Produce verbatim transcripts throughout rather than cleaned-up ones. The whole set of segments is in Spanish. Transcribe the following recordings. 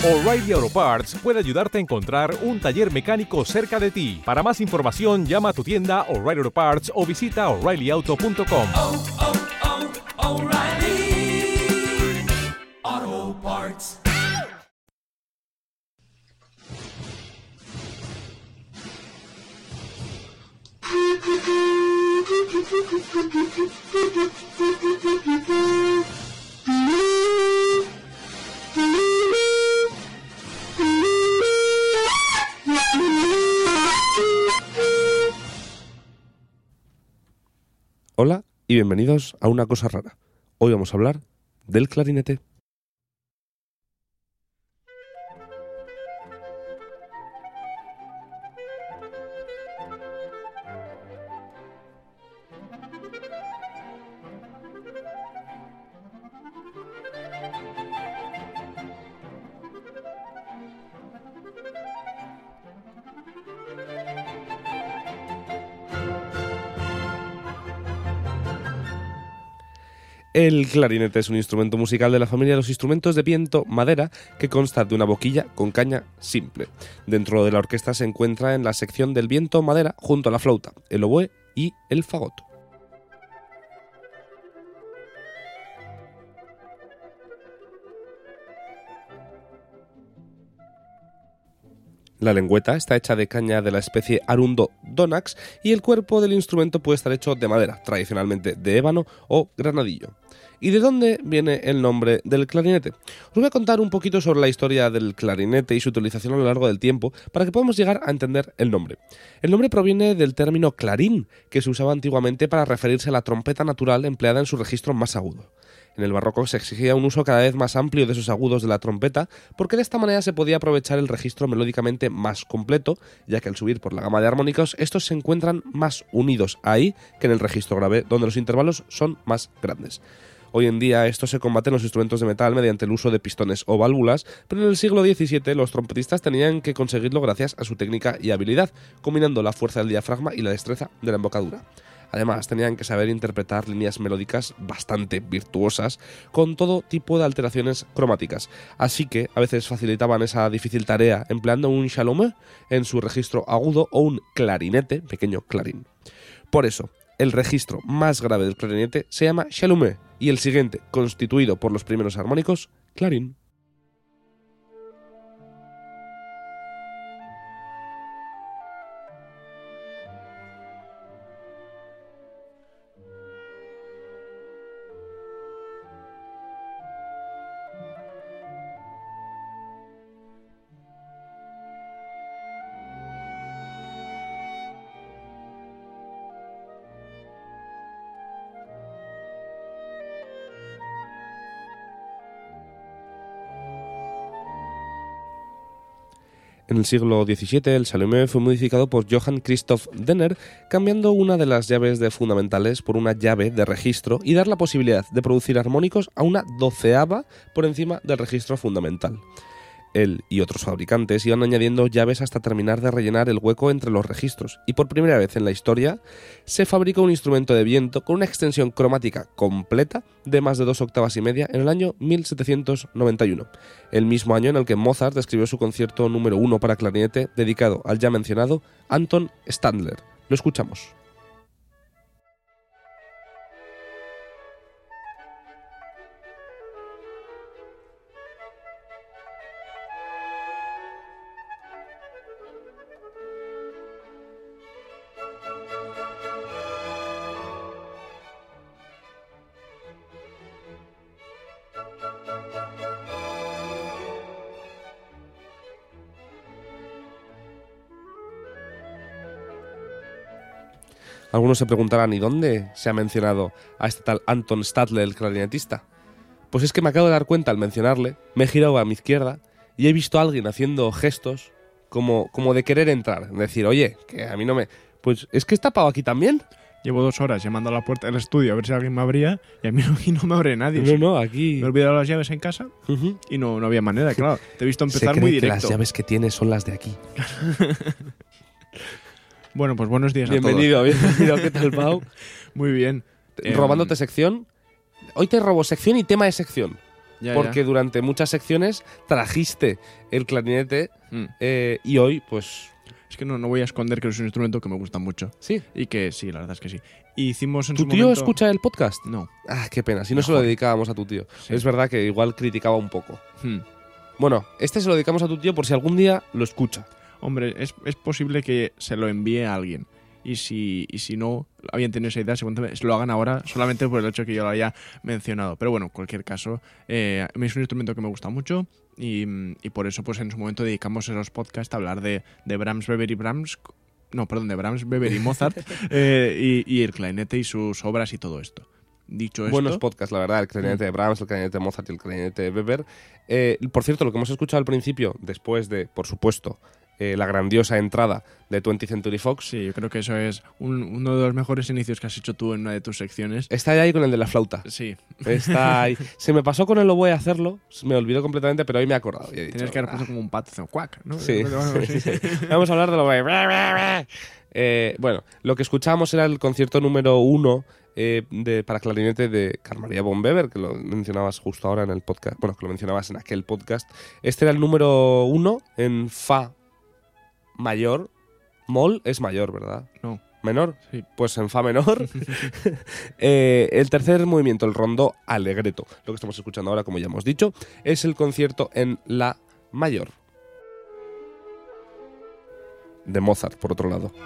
O'Reilly Auto Parts puede ayudarte a encontrar un taller mecánico cerca de ti. Para más información, llama a tu tienda O'Reilly Auto Parts o visita O'Reilly Auto punto com. Oh, oh, oh, O'Reilly Auto Parts. Hola y bienvenidos a Una Cosa Rara. Hoy vamos a hablar del clarinete. El clarinete es un instrumento musical de la familia de los instrumentos de viento madera que consta de una boquilla con caña simple. Dentro de la orquesta se encuentra en la sección del viento madera junto a la flauta, el oboe y el fagot. La lengüeta está hecha de caña de la especie Arundo donax y el cuerpo del instrumento puede estar hecho de madera, tradicionalmente de ébano o granadillo. ¿Y de dónde viene el nombre del clarinete? Os voy a contar un poquito sobre la historia del clarinete y su utilización a lo largo del tiempo para que podamos llegar a entender el nombre. El nombre proviene del término clarín, que se usaba antiguamente para referirse a la trompeta natural empleada en su registro más agudo. En el barroco se exigía un uso cada vez más amplio de esos agudos de la trompeta porque de esta manera se podía aprovechar el registro melódicamente más completo, ya que al subir por la gama de armónicos estos se encuentran más unidos ahí que en el registro grave, donde los intervalos son más grandes. Hoy en día esto se combate en los instrumentos de metal mediante el uso de pistones o válvulas, pero en el siglo diecisiete los trompetistas tenían que conseguirlo gracias a su técnica y habilidad, combinando la fuerza del diafragma y la destreza de la embocadura. Además, tenían que saber interpretar líneas melódicas bastante virtuosas con todo tipo de alteraciones cromáticas, así que a veces facilitaban esa difícil tarea empleando un chalumeau en su registro agudo o un clarinete, pequeño clarín. Por eso, el registro más grave del clarinete se llama chalumeau y el siguiente, constituido por los primeros armónicos, clarín. En el siglo diecisiete, el chalumeau fue modificado por Johann Christoph Denner, cambiando una de las llaves de fundamentales por una llave de registro y dar la posibilidad de producir armónicos a una doceava por encima del registro fundamental. Él y otros fabricantes iban añadiendo llaves hasta terminar de rellenar el hueco entre los registros, y por primera vez en la historia se fabricó un instrumento de viento con una extensión cromática completa de más de dos octavas y media en el año mil setecientos noventa y uno, el mismo año en el que Mozart escribió su concierto número uno para clarinete dedicado al ya mencionado Anton Stadler. Lo escuchamos. Algunos se preguntarán, ¿y dónde se ha mencionado a este tal Anton Stadler, el clarinetista? Pues es que me acabo de dar cuenta al mencionarle, me he girado a mi izquierda y he visto a alguien haciendo gestos como, como de querer entrar, decir, oye, que a mí no me... Pues es que está tapado aquí también. Llevo dos horas llamando a la puerta del estudio a ver si alguien me abría y a mí no, y no me abre nadie. No, no, aquí... Me he olvidado las llaves en casa uh-huh. y no, no había manera, claro. Te he visto empezar Se cree muy que directo. las llaves que tienes son las de aquí. Bueno, pues buenos días bienvenido, a todos. Bienvenido, ¿qué tal, Pau? Muy bien. Robándote sección. Hoy te robo sección y tema de sección. Ya, porque ya. durante muchas secciones trajiste el clarinete Mm. eh, y hoy, pues, Es que no, no voy a esconder que es un instrumento que me gusta mucho. sí. Y que sí, la verdad es que sí. Y hicimos en ¿Tu su tío momento... escucha el podcast? No. Ah, qué pena, si no se Mejor. lo dedicábamos a tu tío. Sí. Es verdad que igual criticaba un poco. Hmm. Bueno, este se lo dedicamos a tu tío por si algún día lo escucha. Hombre, es, es posible que se lo envíe a alguien. Y si, y si no habían tenido esa idea, seguramente se lo hagan ahora solamente por el hecho de que yo lo haya mencionado. Pero bueno, en cualquier caso, eh, es un instrumento que me gusta mucho y, y por eso pues en su momento dedicamos esos podcasts a hablar de, de Brahms, Weber y Brahms. No, perdón, de Brahms, Weber y Mozart eh, y, y el clarinete y sus obras y todo esto. Dicho esto... Buenos podcasts, la verdad, el clarinete de Brahms, el clarinete de Mozart y el clarinete de Weber. Eh, por cierto, lo que hemos escuchado al principio, después de, por supuesto, eh, la grandiosa entrada de twentieth Century Fox, Sí, yo creo que eso es un- uno de los mejores inicios que has hecho tú en una de tus secciones. está ahí con el de la flauta. Sí, Está ahí. Se me pasó con el lo voy a hacerlo, me olvidó completamente, pero hoy me he acordado. y he dicho, tienes que haber "Ah". puesto como un pato, haciendo cuac, ¿no? Sí. Sí. Vamos a hablar de lo de... Eh, bueno, lo que escuchábamos era el concierto número uno eh, de, para clarinete de Carl Maria von Weber, que lo mencionabas justo ahora en el podcast. Bueno, que lo mencionabas en aquel podcast. Este era el número uno en Fa mayor. Mol es mayor, ¿verdad? No. ¿Menor? Sí. Pues en Fa menor. Eh, el tercer movimiento, el rondó allegretto, lo que estamos escuchando ahora, como ya hemos dicho, es el concierto en La mayor. De Mozart, por otro lado.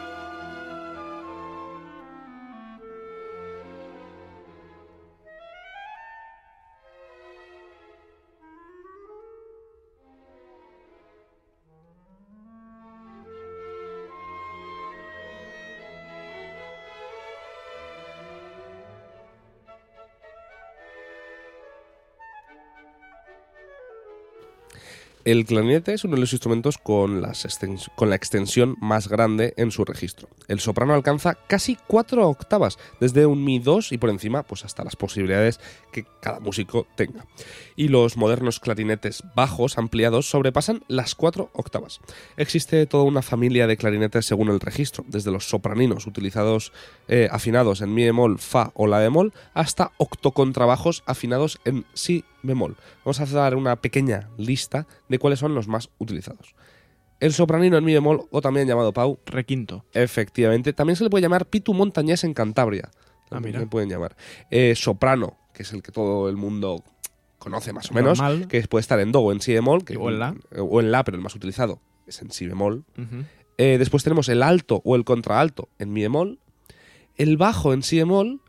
El clarinete es uno de los instrumentos con, las extens- con la extensión más grande en su registro. El soprano alcanza casi cuatro octavas, desde un mi dos y por encima, pues hasta las posibilidades que cada músico tenga. Y los modernos clarinetes bajos ampliados sobrepasan las cuatro octavas. Existe toda una familia de clarinetes según el registro, desde los sopraninos utilizados eh, afinados en mi bemol, fa o la bemol, hasta octocontrabajos afinados en si bemol. Vamos a dar una pequeña lista de cuáles son los más utilizados. El sopranino en mi bemol, o también llamado Pau, Requinto. efectivamente, también se le puede llamar pitu montañés en Cantabria. Ah, También mira. le pueden llamar. Eh, soprano, que es el que todo el mundo conoce más o menos, Normal. que puede estar en do o en si bemol, que O en la. o en la, pero el más utilizado es en si bemol. Ujú. Eh, después tenemos el alto o el contraalto en mi bemol, el bajo en si bemol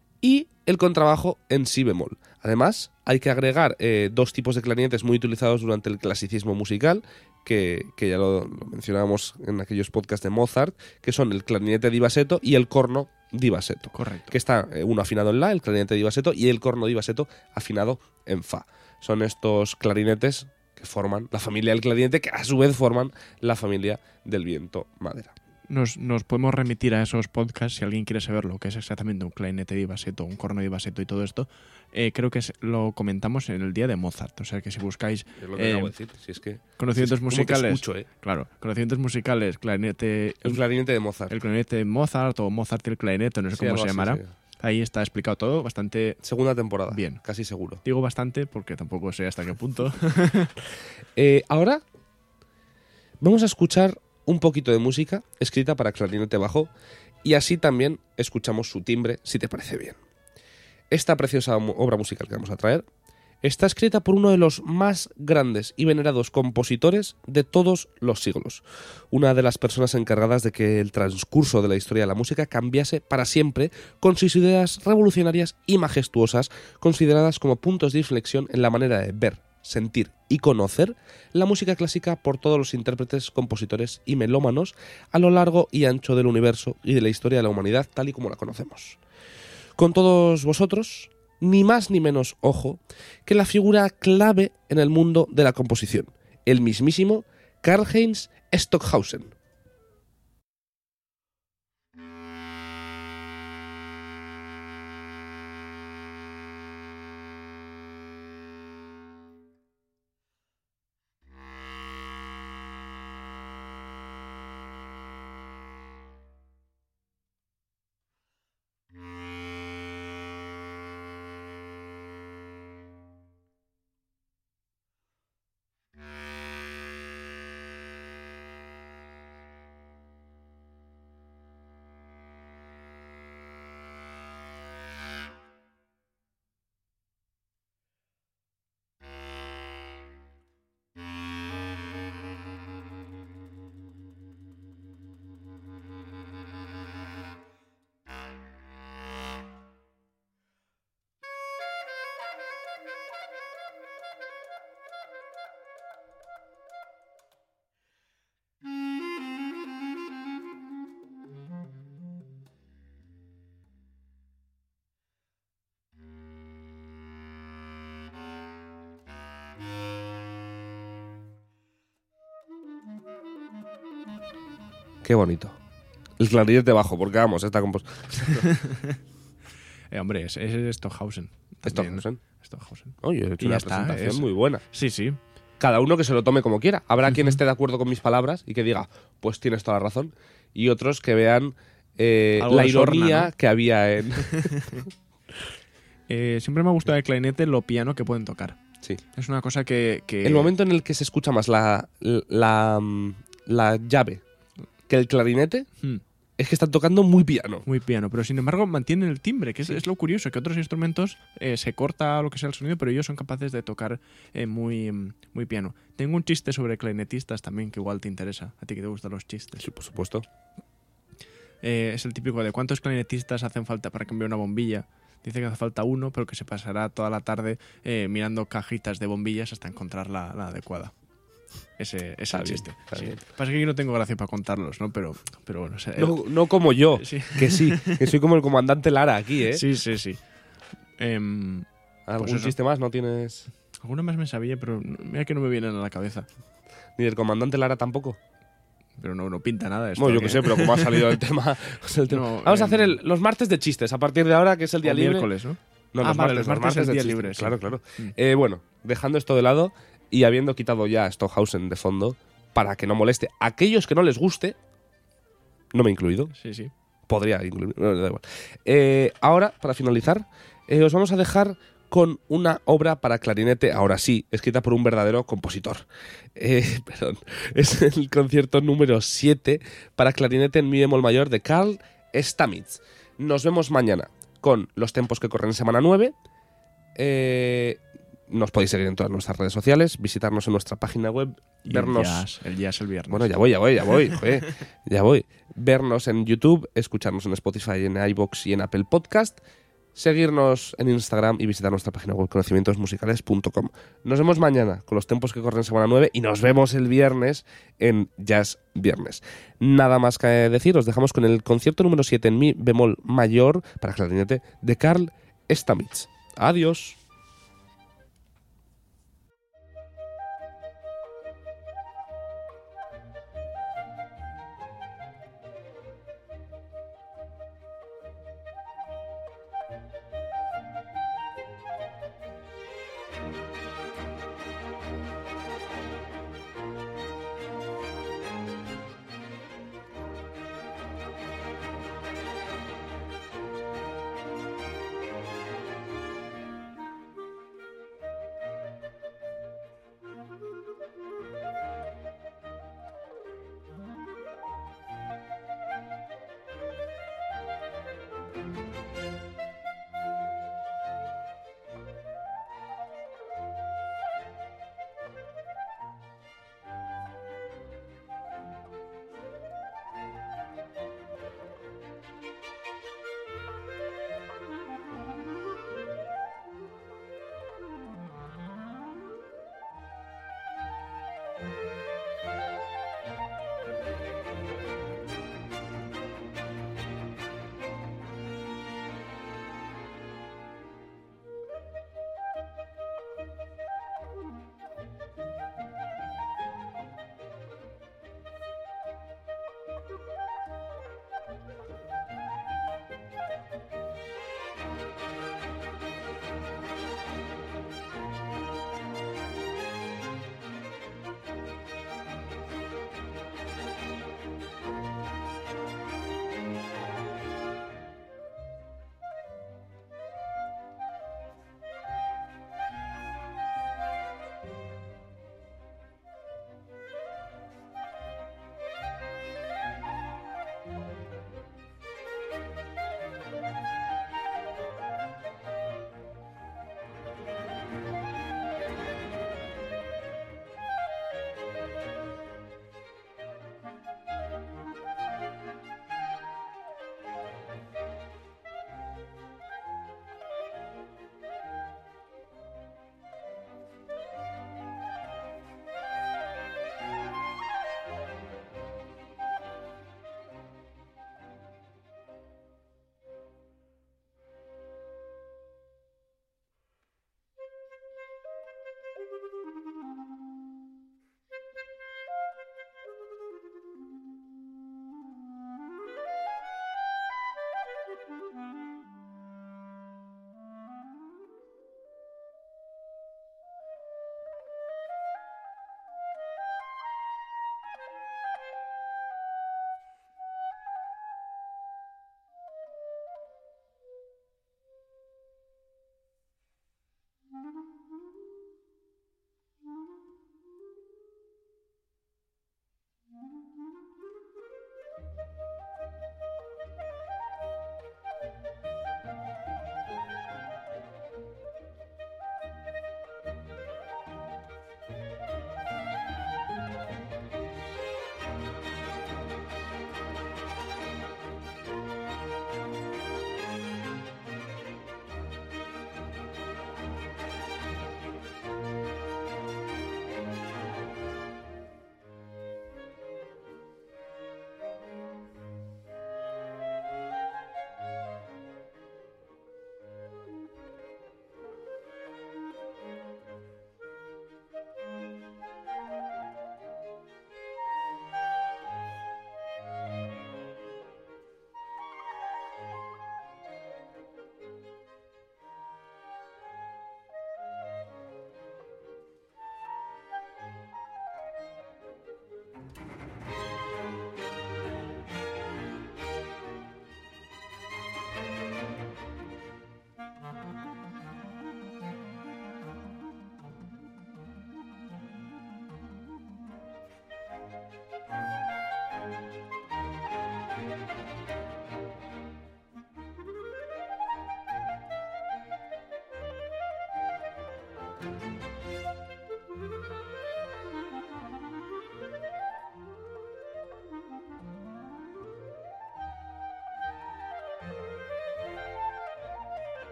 y el contrabajo en si bemol. Además, hay que agregar eh, dos tipos de clarinetes muy utilizados durante el clasicismo musical, que, que ya lo, lo mencionábamos en aquellos podcasts de Mozart, que son el clarinete di bassetto y el corno di bassetto. Correcto. Que está eh, uno afinado en la, el clarinete di bassetto, y el corno di bassetto afinado en fa. Son estos clarinetes que forman la familia del clarinete, que a su vez forman la familia del viento madera. Nos, nos podemos remitir a esos podcasts si alguien quiere saber lo que es exactamente un clarinete di bassetto, un corno di bassetto y todo esto. Eh, creo que es- lo comentamos en el día de Mozart. O sea que si buscáis Es lo que eh, acabo de decir, si es que... conocimientos si es- cómo te musicales, escucho, eh. claro, conocimientos musicales, clarinete, El clarinete de Mozart. el clarinete de Mozart o Mozart y el clarinete, no sé Sí, cómo algo se así, llamará. sí. Ahí está explicado todo, bastante. Segunda temporada. Bien. Casi seguro. Digo bastante porque tampoco sé hasta qué punto. Eh, ahora vamos a escuchar un poquito de música escrita para clarinete bajo y así también escuchamos su timbre, si te parece bien. Esta preciosa mu- obra musical que vamos a traer está escrita por uno de los más grandes y venerados compositores de todos los siglos. Una de las personas encargadas de que el transcurso de la historia de la música cambiase para siempre con sus ideas revolucionarias y majestuosas, consideradas como puntos de inflexión en la manera de ver, sentir y conocer la música clásica por todos los intérpretes, compositores y melómanos a lo largo y ancho del universo y de la historia de la humanidad tal y como la conocemos. Con todos vosotros, ni más ni menos, ojo, que la figura clave en el mundo de la composición, el mismísimo Karl-Heinz Stockhausen. Qué bonito. El clarinete bajo, porque vamos, está compuesto. Eh, hombre, ese es Stockhausen. también. Stockhausen. Stockhausen. Oye, he hecho Y una ya está, presentación es- muy buena. Sí, sí. Cada uno que se lo tome como quiera. Habrá quien esté de acuerdo con mis palabras y que diga, pues tienes toda la razón. Y otros que vean eh, Algo la de sorna, ironía ¿no? que había en... Eh, siempre me ha gustado el clarinete lo piano que pueden tocar. Sí. Es una cosa que... que- El momento en el que se escucha más la, la, mm, la llave que el clarinete Hmm, es que están tocando muy piano. muy piano, pero sin embargo mantienen el timbre, que es, es lo curioso, que otros instrumentos eh, se corta lo que sea el sonido, pero ellos son capaces de tocar eh, muy, mm, muy piano. Tengo un chiste sobre clarinetistas también que igual te interesa, a ti que te gustan los chistes. Sí, por supuesto. Eh, es el típico de cuántos clarinetistas hacen falta para cambiar una bombilla. Dice que hace falta uno, pero que se pasará toda la tarde eh, mirando cajitas de bombillas hasta encontrar la, la adecuada. Ese es Está el bien, chiste. está Sí. bien. Pasa que yo no tengo gracia para contarlos, ¿no? Pero, pero bueno, o sea, No, no como yo, Sí. que sí, que soy como el comandante Lara aquí, ¿eh? sí, sí, sí. Em, ¿Algún pues eso. chiste más? No tienes... alguna más me sabía, pero mira que no me vienen a la cabeza. Ni el comandante Lara tampoco. Pero no, no pinta nada esto. Bueno, yo que que sé, pero como ha salido el tema... pues el tema- No, Vamos a em, hacer el- los martes de chistes a partir de ahora, que es el día o libre. miércoles, ¿no? No, Ah, los, vale, martes, los los martes es de día chistes. libre, sí. Claro, claro. Mm. Eh, bueno, dejando esto de lado y habiendo quitado ya a Stockhausen de fondo, para que no moleste a aquellos que no les guste, no me he incluido, Sí, sí. podría incluir, no, da igual. Eh, ahora, para finalizar, eh, os vamos a dejar con una obra para clarinete, ahora sí, escrita por un verdadero compositor. Eh, perdón, es el concierto número siete para clarinete en mi bemol mayor de Carl Stamitz. Nos vemos mañana con los tempos que corren en semana nueve. Eh, nos podéis seguir en todas nuestras redes sociales, visitarnos en nuestra página web, Y vernos... El jazz, el jazz el viernes. Bueno, ya voy, ya voy, ya voy, joder, ya voy. Vernos en YouTube, escucharnos en Spotify, en iVoox y en Apple Podcast, seguirnos en Instagram y visitar nuestra página web conocimientos musicales punto com. Nos vemos mañana con los tempos que corren semana nueve y nos vemos el viernes en Jazz Viernes. Nada más que decir, os dejamos con el concierto número siete en mi bemol mayor para clarinete de Carl Stamitz. Adiós.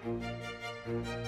Thank you.